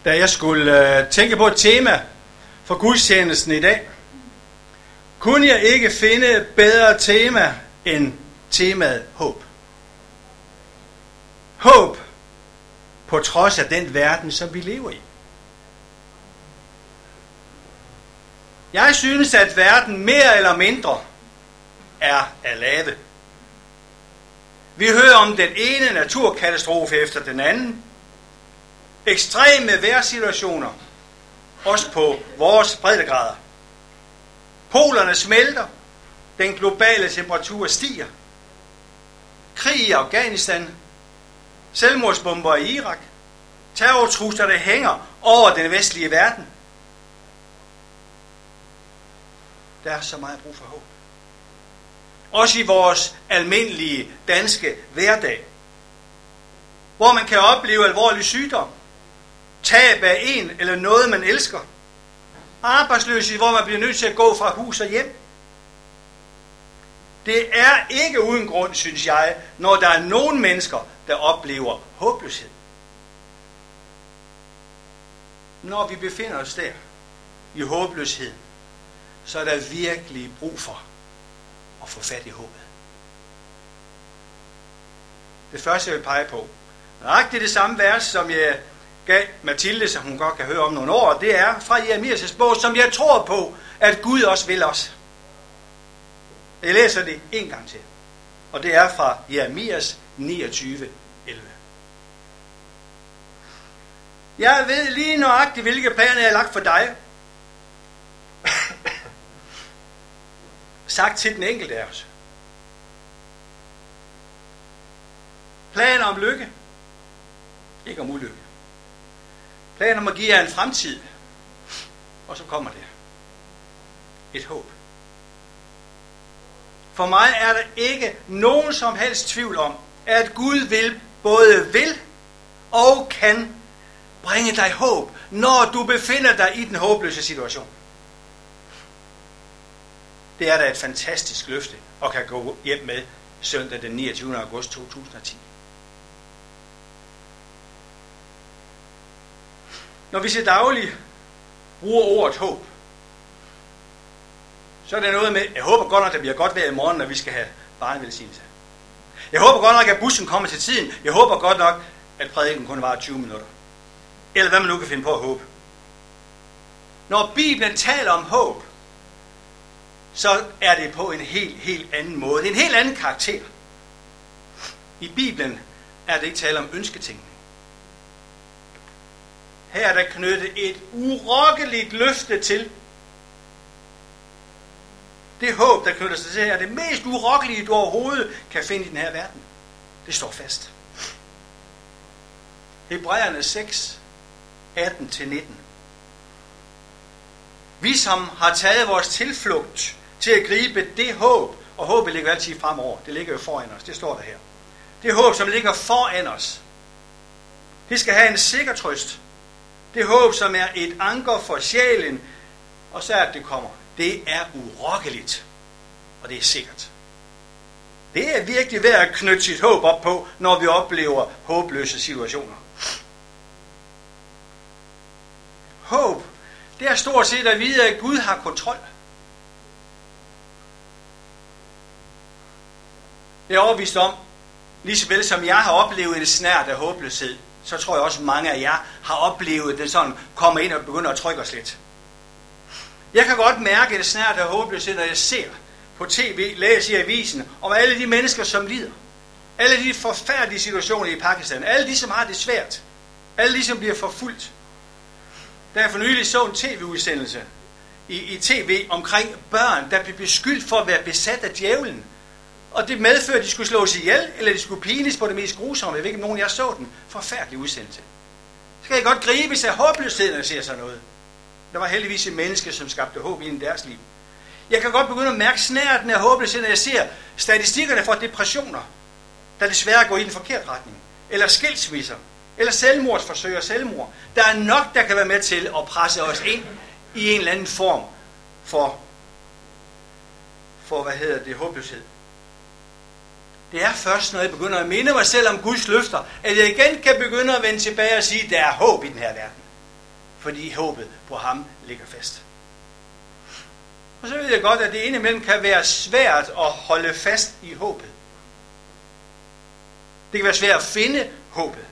Da jeg skulle tænke på et tema for gudstjenesten i dag, kunne jeg ikke finde et bedre tema end temaet håb. Håb på trods af den verden, som vi lever i. Jeg synes, at verden mere eller mindre er af lave. Vi hører om den ene naturkatastrofe efter den anden. Ekstreme vejrsituationer, også på vores breddegrader. Polerne smelter, den globale temperatur stiger. Krig i Afghanistan, selvmordsbomber i Irak, terrortrusler, der hænger over den vestlige verden. Der er så meget brug for håb. Også i vores almindelige danske hverdag, hvor man kan opleve alvorlig sygdom, tab af en eller noget, man elsker, arbejdsløshed, hvor man bliver nødt til at gå fra hus og hjem. Det er ikke uden grund, synes jeg, når der er nogle mennesker, der oplever håbløshed. Når vi befinder os der i håbløshed, så er der virkelig brug for at få fat i håbet. Det første, jeg vil pege på, det er det samme vers, som jeg gav Mathilde, som hun godt kan høre om nogle år. Det er fra Jeremias' bog, som jeg tror på, at Gud også vil os. Jeg læser det en gang til. Og det er fra Jeremias 29:11. Jeg ved lige nøjagtigt, hvilke planer jeg har lagt for dig. Sagt til den enkelte af os. Planer om lykke. Ikke om ulykke. Planer om at give jer en fremtid. Og så kommer det. Et håb. For mig er der ikke nogen som helst tvivl om, at Gud både vil og kan bringe dig håb, når du befinder dig i den håbløse situation. Det er da et fantastisk løfte, og kan gå hjem med søndag den 29. august 2010. Når vi til daglig bruger ordet håb, så er det noget med, jeg håber godt nok, at det bliver godt vejr i morgen, når vi skal have barnevelsignelse. Jeg håber godt nok, at bussen kommer til tiden. Jeg håber godt nok, at prædiken kun varer 20 minutter. Eller hvad man nu kan finde på at håbe. Når Bibelen taler om håb, så er det på en helt anden måde. Det er en helt anden karakter. I Bibelen er det ikke tale om ønsketænkning. Her er der knyttet et urokkeligt løfte til. Det håb, der knytter sig til her, er det mest urokkelige, du overhovedet kan finde i den her verden. Det står fast. Hebræerne 6, 18-19. Vi, som har taget vores tilflugt til at gribe det håb, og håbet ligger altid fremover, det ligger jo foran os, det står der her. Det håb, som ligger foran os, det skal have en sikker trøst. Det håb, som er et anker for sjælen, og så at det kommer. Det er urokkeligt, og det er sikkert. Det er virkelig værd at knytte sit håb op på, når vi oplever håbløse situationer. Håb, det er stort set at vide, at Gud har kontrol. Jeg er overbevist om, lige så vel som jeg har oplevet en snert af håbløshed, så tror jeg også, at mange af jer har oplevet det sådan, kommer ind og begynder at trykke os lidt. Jeg kan godt mærke det snart af håbløshed, når jeg ser på tv, læser i avisen, om alle de mennesker, som lider. Alle de forfærdelige situationer i Pakistan. Alle de, som har det svært. Alle de, som bliver forfulgt. Der er for nylig så en tv-udsendelse i tv omkring børn, der blev beskyldt for at være besat af djævlen. Og det medførte, at de skulle slås ihjel, eller de skulle pines på det mest grusomme. Jeg ved ikke, om nogen af jer så den. Forfærdelig udsendelse. Så skal jeg godt gribes af håbløshed, når jeg ser sådan noget. Der var heldigvis et menneske, som skabte håb i deres liv. Jeg kan godt begynde at mærke snærten af håbløshed, når jeg ser statistikkerne for depressioner, der desværre går i den forkerte retning. Eller skilsmisser. Eller selvmordsforsøg og selvmord. Der er nok, der kan være med til at presse os ind i en eller anden form for håbløshed. Det er først, når jeg begynder at minde mig selv om Guds løfter, at jeg igen kan begynde at vende tilbage og sige, at der er håb i den her verden. fordi håbet på ham ligger fast. Og så ved jeg godt, at det indimellem kan være svært at holde fast i håbet. Det kan være svært at finde håbet.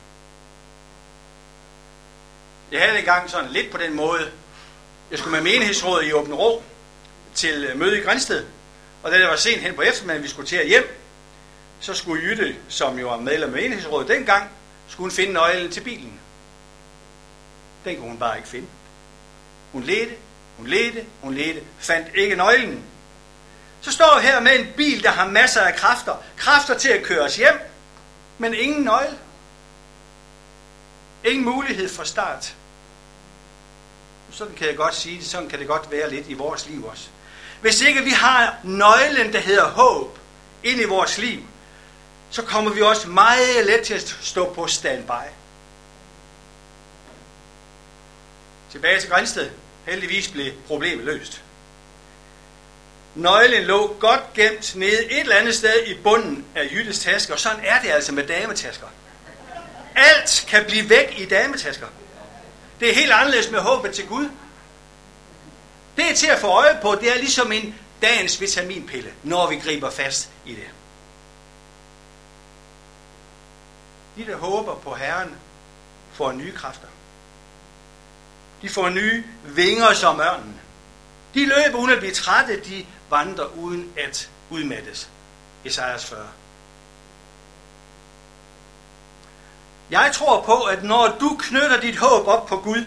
Jeg havde engang sådan lidt på den måde. Jeg skulle med menighedsrådet i Åben Rå til møde i Grindsted. Og da det var sent hen på eftermiddagen, vi skulle til at hjem, så skulle Jytte, som jo var medlem af menighedsrådet dengang, skulle hun finde nøglen til bilen. Den kunne hun bare ikke finde. Hun ledte, fandt ikke nøglen. Så står jeg her med en bil, der har masser af kræfter til at køre os hjem, men ingen nøgle. Ingen mulighed for start. Sådan kan jeg godt sige det, sådan kan det godt være lidt i vores liv også. Hvis ikke vi har nøglen, der hedder håb, ind i vores liv, så kommer vi også meget let til at stå på standby. Tilbage til Grindsted. Heldigvis blev problemet løst. Nøglen lå godt gemt nede et eller andet sted i bunden af Jyttes taske, og sådan er det altså med dametasker. Alt kan blive væk i dametasker. Det er helt anderledes med håbet til Gud. Det er til at få øje på, det er ligesom en dagens vitaminpille, når vi griber fast i det. De, der håber på Herren, får nye kræfter. De får nye vinger som ørnen. De løber uden at blive trætte, de vandrer uden at udmattes. Esajas 40. Jeg tror på, at når du knytter dit håb op på Gud,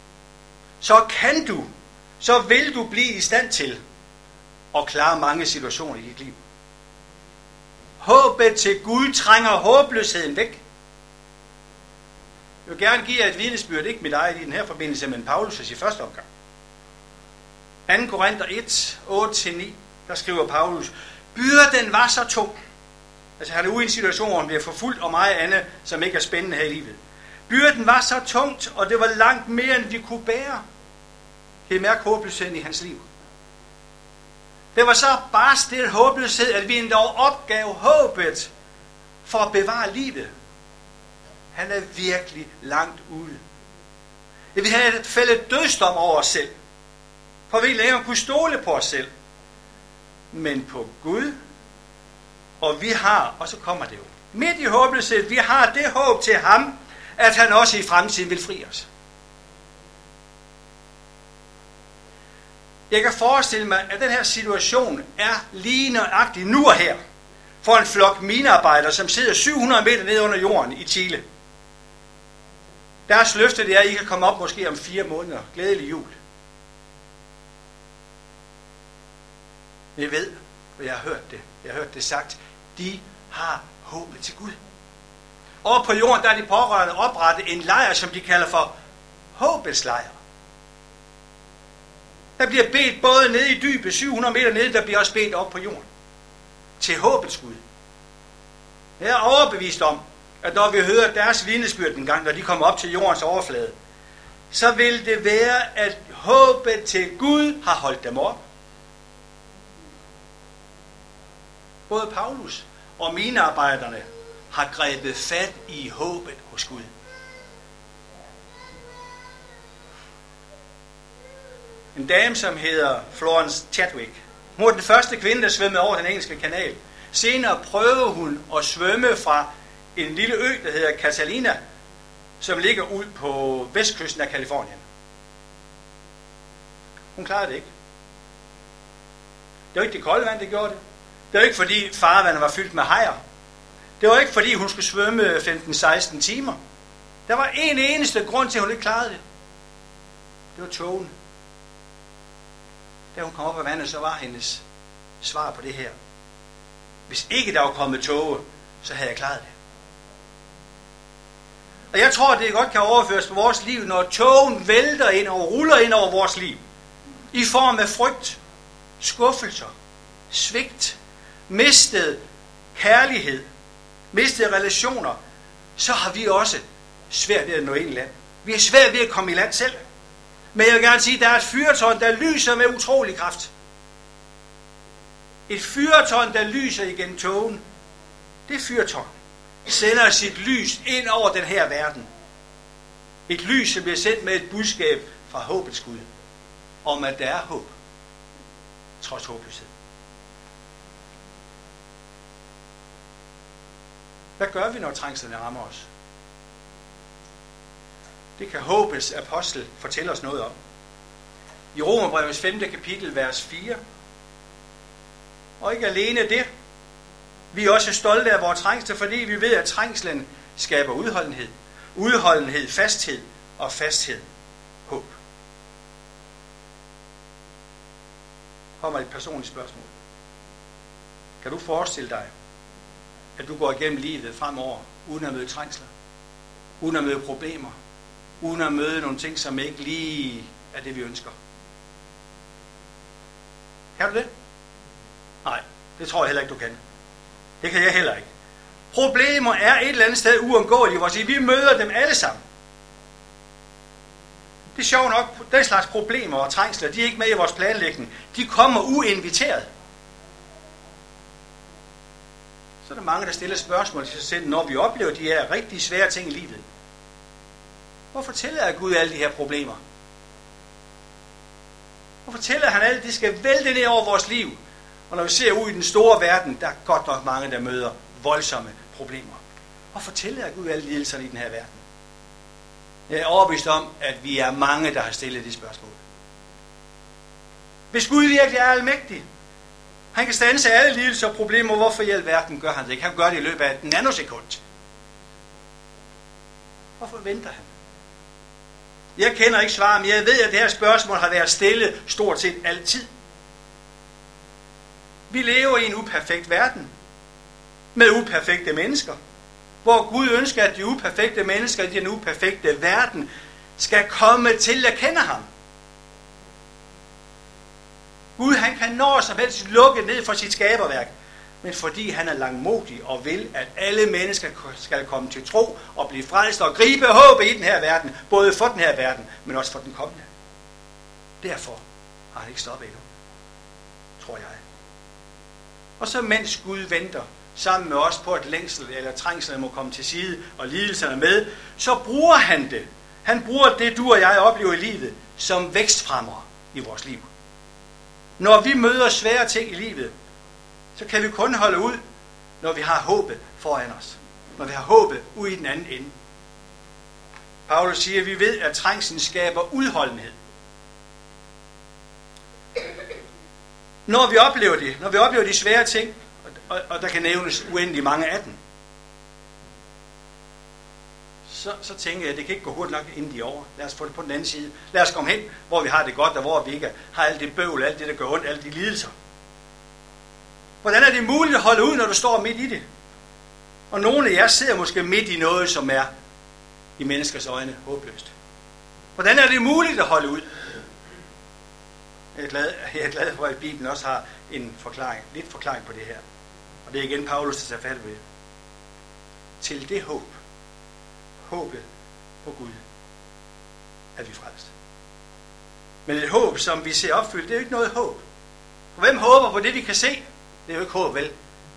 så vil du blive i stand til at klare mange situationer i dit liv. Håbet til Gud trænger håbløsheden væk. Jeg vil gerne give jer et vidnesbyrd, ikke mit eget i den her forbindelse, men Paulus' i første omgang. 2. Korinther 1, 8-9, der skriver Paulus, byrden var så tung. Altså han er ude i en situation, hvor han bliver forfulgt og meget andet, som ikke er spændende her i livet. Byrden var så tungt, og det var langt mere, end vi kunne bære. Kan I mærke håbløsheden i hans liv? Det var så bare stillet håbløshed, at vi endda opgav håbet for at bevare livet. Han er virkelig langt ude. Vi havde et fælles dødsdom over os selv. For vi ikke længere kunne stole på os selv. Men på Gud. Og vi har, og så kommer det jo. Midt i håbløshed, vi har det håb til ham, at han også i fremtiden vil fri os. Jeg kan forestille mig, at den her situation er lige nøjagtig nu og her. For en flok minearbejdere, som sidder 700 meter nede under jorden i Chile. Deres løfte det er, at I kan komme op måske om 4 måneder. Glædelig jul. Jeg ved, og jeg har hørt det. Jeg har hørt det sagt. De har håbet til Gud. Over på jorden, der er de pårørende oprettet en lejr, som de kalder for håbets lejr. Der bliver bedt både nede i dybet, 700 meter nede, der bliver også bedt op på jorden. Til håbets Gud. Jeg er overbevist om, at når vi hører deres vidnesbyrd en gang, når de kommer op til jordens overflade, så vil det være, at håbet til Gud har holdt dem op. Både Paulus og minearbejderne har grebet fat i håbet hos Gud. En dame, som hedder Florence Chadwick. Hun var den første kvinde, der svømmede over den engelske kanal. Senere prøvede hun at svømme fra en lille ø, der hedder Catalina, som ligger ud på vestkysten af Californien. Hun klarede det ikke. Det var ikke det kolde vand, det gjorde det. Det var ikke fordi farvandet var fyldt med hajer. Det var ikke fordi hun skulle svømme 15-16 timer. Der var en eneste grund til, at hun ikke klarede det. Det var tågen. Da hun kom op af vandet, så var hendes svar på det her. Hvis ikke der var kommet tåge, så havde jeg klaret det. Og jeg tror, det godt kan overføres på vores liv, når tågen vælter ind og ruller ind over vores liv. I form af frygt, skuffelser, svigt, mistet kærlighed, mistet relationer, så har vi også svært ved at nå ind i land. Vi er svært ved at komme i land selv. Men jeg vil gerne sige, at der er et fyrtårn, der lyser med utrolig kraft. Et fyrtårn, der lyser igennem tågen. Det fyrtårn sender sit lys ind over den her verden. Et lys, som bliver sendt med et budskab fra håbets Gud, om at der er håb, trods håbløshed. Hvad gør vi, når trængslerne rammer os? Det kan håbets apostel fortælle os noget om. I Romerbrevets 5. kapitel, vers 4. Og ikke alene det. Vi er også stolte af vores trængsler, fordi vi ved, at trængslen skaber udholdenhed. Udholdenhed, fasthed, og fasthed, håb. Kommer et personligt spørgsmål. Kan du forestille dig, at du går igennem livet fremover, uden at møde trængsler, uden at møde problemer, uden at møde nogle ting, som ikke lige er det, vi ønsker? Kan du det? Nej, det tror jeg heller ikke, du kan. Det kan jeg heller ikke. Problemer er et eller andet sted uundgåelige i vores liv. Vi møder dem alle sammen. Det er sjovt nok, den slags problemer og trængsler, de er ikke med i vores planlægning. De kommer uinviteret. Så er der mange, der stiller spørgsmål til sig selv, når vi oplever de her rigtig svære ting i livet. Hvorfor tillader Gud alle de her problemer? Hvorfor tillader han alt, det skal vælte ned over vores liv? Og når vi ser ud i den store verden, der er godt nok mange, der møder voldsomme problemer. Hvorfor tillader Gud alle lidelserne i den her verden? Jeg er overbevist om, at vi er mange, der har stillet de spørgsmål. Hvis Gud virkelig er almægtig, han kan standse alle lidelser og problemer, hvorfor i alverden gør han det ikke? Han gør det i løbet af et nanosekund. Hvorfor venter han? Jeg kender ikke svar, men jeg ved, at det her spørgsmål har været stillet stort set altid. Vi lever i en uperfekt verden, med uperfekte mennesker, hvor Gud ønsker, at de uperfekte mennesker i den uperfekte verden skal komme til at kende ham. Gud, han kan når som helst lukke ned for sit skaberværk, men fordi han er langmodig og vil, at alle mennesker skal komme til tro og blive frelst og gribe håbet i den her verden, både for den her verden, men også for den kommende. Derfor har han ikke stoppet endnu, tror jeg. Og så mens Gud venter sammen med os på, at længsel eller trængslerne må komme til side og lidelserne med, så bruger han det. Han bruger det, du og jeg oplever i livet, som vækstfremmer i vores liv. Når vi møder svære ting i livet, så kan vi kun holde ud, når vi har håbet foran os. Når vi har håbet ude i den anden ende. Paulus siger, at vi ved, at trængslen skaber udholdenhed. Når vi oplever det, når vi oplever de svære ting, og der kan nævnes uendelig mange af dem, så tænker jeg, at det kan ikke gå hurtigt nok, inden de er over. Lad os få det på den anden side. Lad os komme hen, hvor vi har det godt, og hvor vi ikke har alt det bøvl, alt det, der gør ondt, alle de lidelser. Hvordan er det muligt at holde ud, når du står midt i det? Og nogle af jer sidder måske midt i noget, som er i menneskers øjne håbløst. Hvordan er det muligt at holde ud? Jeg er glad for, at Bibelen også har en forklaring, lidt forklaring på det her. Og det er igen Paulus, der tager fat ved. Til det håb, håbet på Gud, er vi frelst. Men et håb, som vi ser opfyldt, det er jo ikke noget håb. For hvem håber på det, vi kan se? Det er jo ikke håb, vel?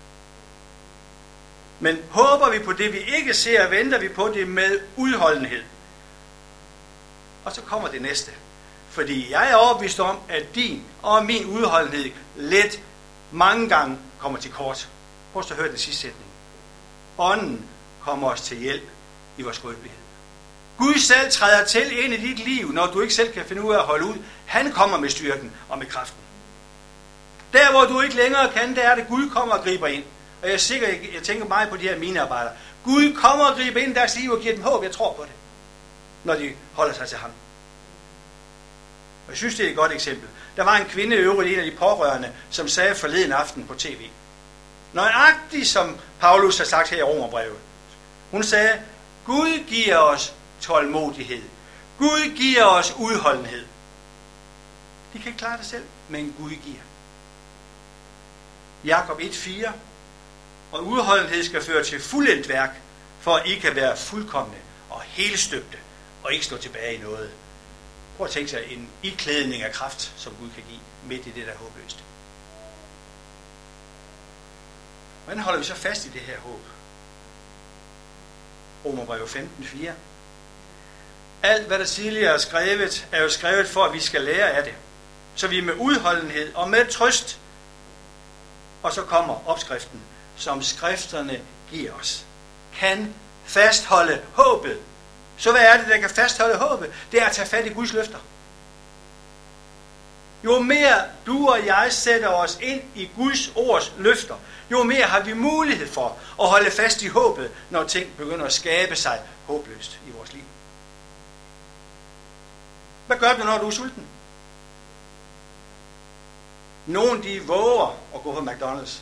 Men håber vi på det, vi ikke ser, venter vi på det med udholdenhed. Og så kommer det næste. Fordi jeg er overbevist om, at din og min udholdenhed let mange gange kommer til kort. Prøv at høre den sidste sætning. Ånden kommer os til hjælp i vores skrøbelighed. Gud selv træder til ind i dit liv, når du ikke selv kan finde ud af at holde ud. Han kommer med styrken og med kraften. Der, hvor du ikke længere kan, der er det, Gud kommer og griber ind. Og jeg tænker meget på de her minearbejdere. Gud kommer og griber ind i deres liv og giver dem håb. Jeg tror på det, når de holder sig til ham. Og jeg synes, det er et godt eksempel. Der var en kvinde i øvrigt, en af de pårørende, som sagde forleden aften på tv. Nøjagtigt som Paulus har sagt her i Romerbrevet. Hun sagde, Gud giver os tålmodighed. Gud giver os udholdenhed. De kan ikke klare det selv, men Gud giver. Jakob 1:4. Og udholdenhed skal føre til fuldendt værk, for at I kan være fuldkomne og helstøbte, og ikke stå tilbage i noget. Prøv at tænke sig en iklædning af kraft, som Gud kan give midt i det, der er håbløst. Hvordan holder vi så fast i det her håb? Romerbrevet 15:4. Alt, hvad der tidligere er skrevet, er jo skrevet for, at vi skal lære af det. Så vi med udholdenhed og med trøst, og så kommer opskriften, som skrifterne giver os, kan fastholde håbet. Så hvad er det, der kan fastholde håbet? Det er at tage fat i Guds løfter. Jo mere du og jeg sætter os ind i Guds ords løfter, jo mere har vi mulighed for at holde fast i håbet, når ting begynder at skabe sig håbløst i vores liv. Hvad gør du, når du er sulten? Nogle de våger at gå på McDonald's.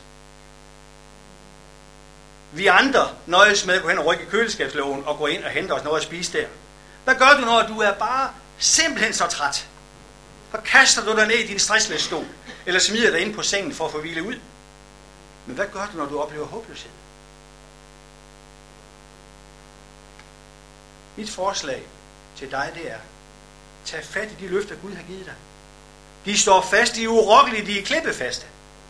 Vi andre nøjes med at gå hen og rykke i køleskabslågen og gå ind og hente os noget at spise der. Hvad gør du, når du er bare simpelthen så træt? Så kaster du dig ned i din stressløsstol, eller smider dig ind på sengen for at få hvile ud. Men hvad gør du, når du oplever håbløshed? Mit forslag til dig, det er, tag fat i de løfter, Gud har givet dig. De står fast, de er urokkelige, de er klippefaste.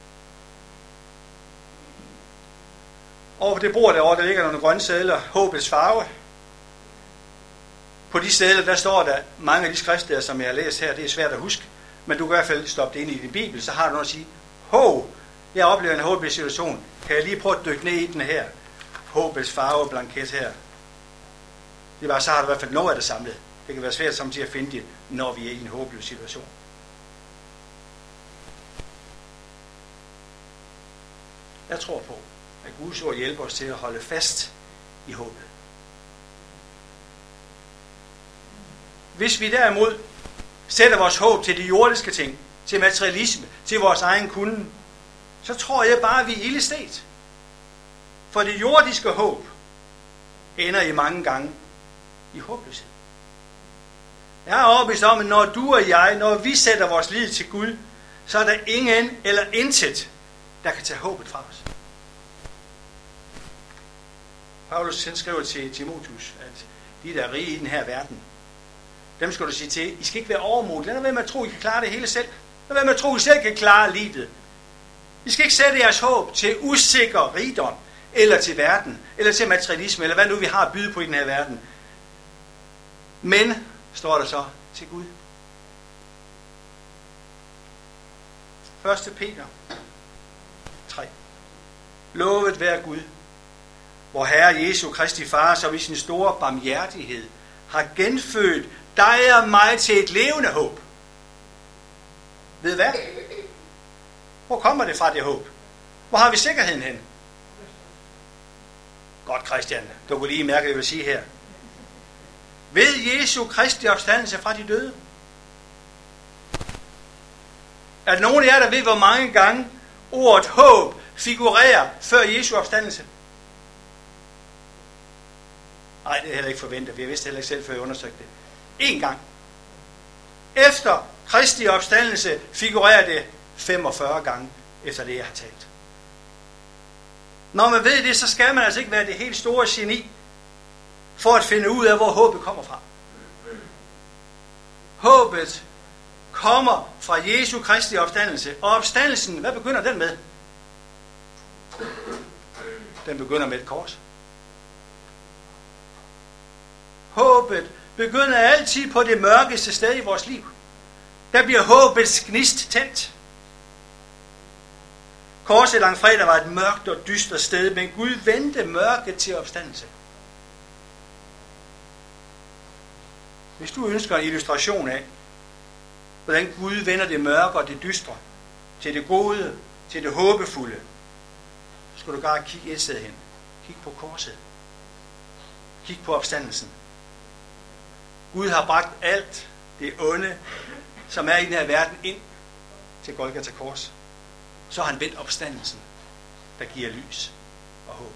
Over på det bord derovre, der ligger nogle grønne sedler, håbets farve. På de sedler, der står der mange af de skriftsteder, som jeg har læst her, det er svært at huske, men du kan i hvert fald stoppe det ind i din bibel, så har du noget at sige, jeg oplever en håbløs situation, kan jeg lige prøve at dykke ned i den her håbets farve blanket her. Det var, så har du i hvert fald noget af det samlet. Det kan være svært samtidig at finde det, når vi er i en håbløs situation. Jeg tror på, at Guds ord hjælper os til at holde fast i håbet. Hvis vi derimod sætter vores håb til de jordiske ting, til materialisme, til vores egen kunde, så tror jeg bare, at vi er ilde stedt. For det jordiske håb ender i mange gange i håbløshed. Jeg er overbevist om, at når du og jeg, når vi sætter vores lid til Gud, så er der ingen eller intet, der kan tage håbet fra os. Paulus skriver til Timotheus, at de, der er rige i den her verden, dem skal du sige til, I skal ikke være overmodige. Lad være med at tro, I kan klare det hele selv. Lad være med at tro, I selv kan klare livet. I skal ikke sætte jeres håb til usikker rigdom, eller til verden, eller til materialisme, eller hvad nu vi har at byde på i den her verden. Men, står der så, til Gud. 1. Peter 3. Lovet være Gud, vor Herre Jesu Kristi Far, som i sin store barmhjertighed har genfødt dig og mig til et levende håb. Ved hvad? Hvor kommer det fra, det håb? Hvor har vi sikkerheden hen? Godt, Christian. Du kunne lige mærke, hvad jeg vil sige her. Ved Jesu Kristi opstandelse fra de døde. Er der nogen af jer, der ved, hvor mange gange ordet håb figurerer før Jesu opstandelse? Nej, det er heller ikke forventet. Vi vidste heller ikke selv, før jeg undersøgte det. En gang. Efter Kristi opstandelse figurerer det 45 gange efter det, jeg har talt. Når man ved det, så skal man altså ikke være det helt store geni for at finde ud af, hvor håbet kommer fra. Håbet kommer fra Jesu Kristi opstandelse. Og opstandelsen, hvad begynder den med? Den begynder med et kors. Håbet begynder altid på det mørkeste sted i vores liv. Der bliver håbets gnist tændt. Korset langfredag var et mørkt og dystert sted, men Gud vendte mørket til opstandelse. Hvis du ønsker en illustration af, hvordan Gud vender det mørke og det dystre til det gode, til det håbefulde, så skal du bare kigge et sted hen. Kig på korset. Kig på opstandelsen. Gud har bragt alt det onde, som er i den her verden, ind til Golgata kors. Så har han vendt opstandelsen, der giver lys og håb.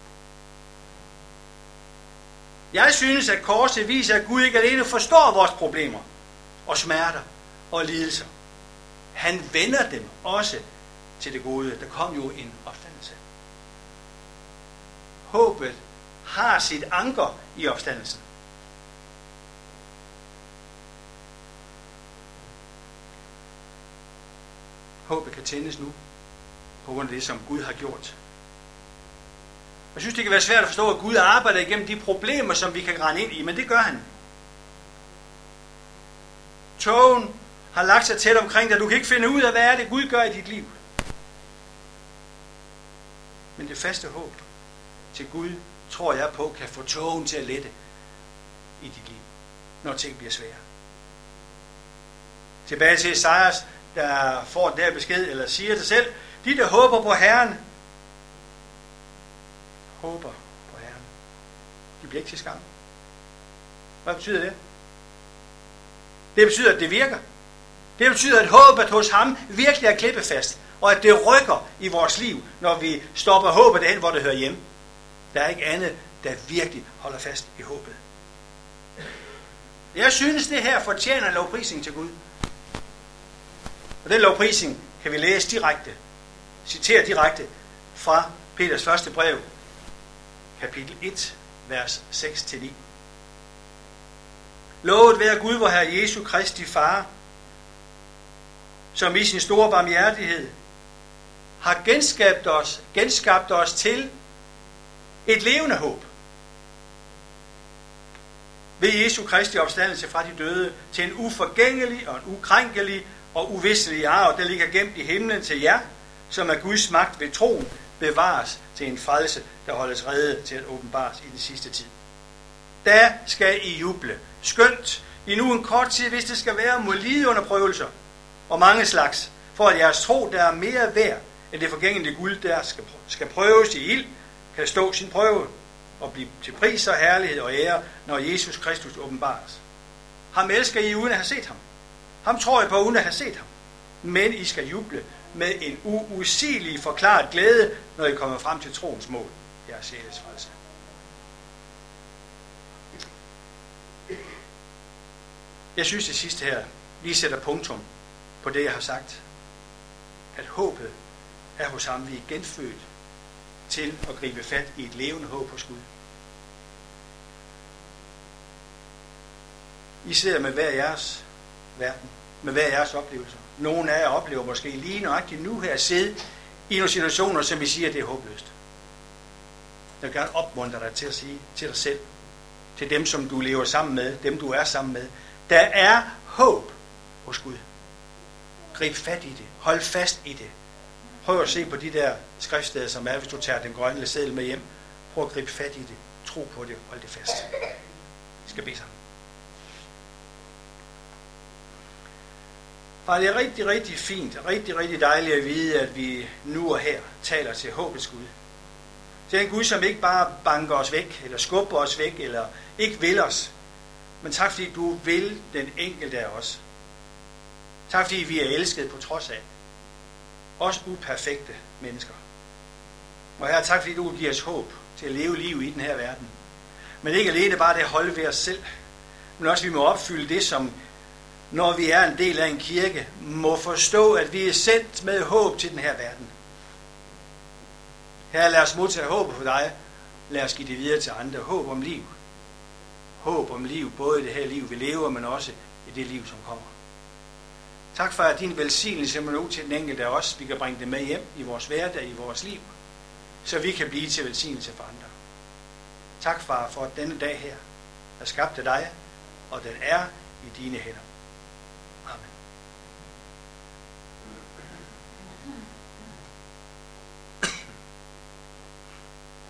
Jeg synes, at korset viser, at Gud ikke alene forstår vores problemer og smerter og lidelser. Han vender dem også til det gode. Der kom jo en opstandelse. Håbet har sit anker i opstandelsen. Håbet kan tændes nu, på grund af det, som Gud har gjort. Jeg synes, det kan være svært at forstå, at Gud arbejder igennem de problemer, som vi kan rende ind i, men det gør han. Tågen har lagt sig tæt omkring dig. Du kan ikke finde ud af, hvad er det Gud gør i dit liv. Men det faste håb til Gud, tror jeg på, kan få tågen til at lette i dit liv, når ting bliver svære. Tilbage til Esajas, der får den der besked, eller siger sig selv, de der håber på Herren, håber på Herren, de bliver ikke til skam. Hvad betyder det? Det betyder, at det virker. Det betyder, at håbet hos ham virkelig er klippefast, og at det rykker i vores liv, når vi stopper håbet derhen, hvor det hører hjemme. Der er ikke andet, der virkelig holder fast i håbet. Jeg synes, det her fortjener en lovprisning til Gud. Og den lovprisning kan vi læse direkte, citere direkte fra Peters første brev, kapitel 1, vers 6-9. Lovet være Gud, vor Herre Jesu Kristi Far, som i sin store barmhjertighed har genskabt os til et levende håb. Ved Jesu Kristi opstandelse fra de døde til en uforgængelig og en ukrænkelig og uvisselig arv, der ligger gemt i himlen til jer, som af Guds magt ved troen bevares til en frelse, der holdes rede til at åbenbares i den sidste tid. Da skal I juble, skønt i nu en kort tid, hvis det skal være, må lide under prøvelser, og mange slags, for at jeres tro, der er mere værd end det forgængelige guld, der skal prøves i ild, kan stå sin prøve og blive til pris og herlighed og ære, når Jesus Kristus åbenbares. Ham elsker I uden at have set ham. Ham tror I på uden at have set ham. Men I skal juble med en uudsigelig forklaret glæde, når I kommer frem til troens mål, jeres sjæles frelse. Jeg synes det sidste her lige sætter punktum på det, jeg har sagt. At håbet er hos ham. Vi er genfødt til at gribe fat i et levende håb hos Gud. I sidder med hver jeres verden, med hver jeres oplevelser. Nogle af jer oplever måske lige nøjagtigt nu her at sidde i nogle situationer, som vi siger, det er håbløst. Jeg vil gerne opmuntre dig til at sige til dig selv, til dem, som du lever sammen med, dem du er sammen med, der er håb hos Gud. Grib fat i det. Hold fast i det. Prøv at se på de der skriftsteder, som er, hvis du tager den grønne seddel med hjem. Prøv at gribe fat i det. Tro på det. Hold det fast. Vi skal bede sammen. Far, det er rigtig, rigtig fint. Rigtig, rigtig dejligt at vide, at vi nu og her taler til håbets Gud. Det er en Gud, som ikke bare banker os væk, eller skubber os væk, eller ikke vil os. Men tak, fordi du vil den enkelte af os. Tak, fordi vi er elsket på trods af. Også uperfekte mennesker. Og her tak, fordi du vil give os håb til at leve liv i den her verden. Men ikke alene bare det at holde ved os selv, men også vi må opfylde det, som når vi er en del af en kirke, må forstå, at vi er sendt med håb til den her verden. Her lad os modtage håbet for dig. Lad os give det videre til andre. Håb om liv. Håb om liv, både i det her liv, vi lever, men også i det liv, som kommer. Tak for, at din velsignelse er ud til den enkelte af os. Vi kan bringe det med hjem i vores hverdag, i vores liv, så vi kan blive til velsignelse for andre. Tak, far, for at denne dag her er skabt af dig, og den er i dine hænder.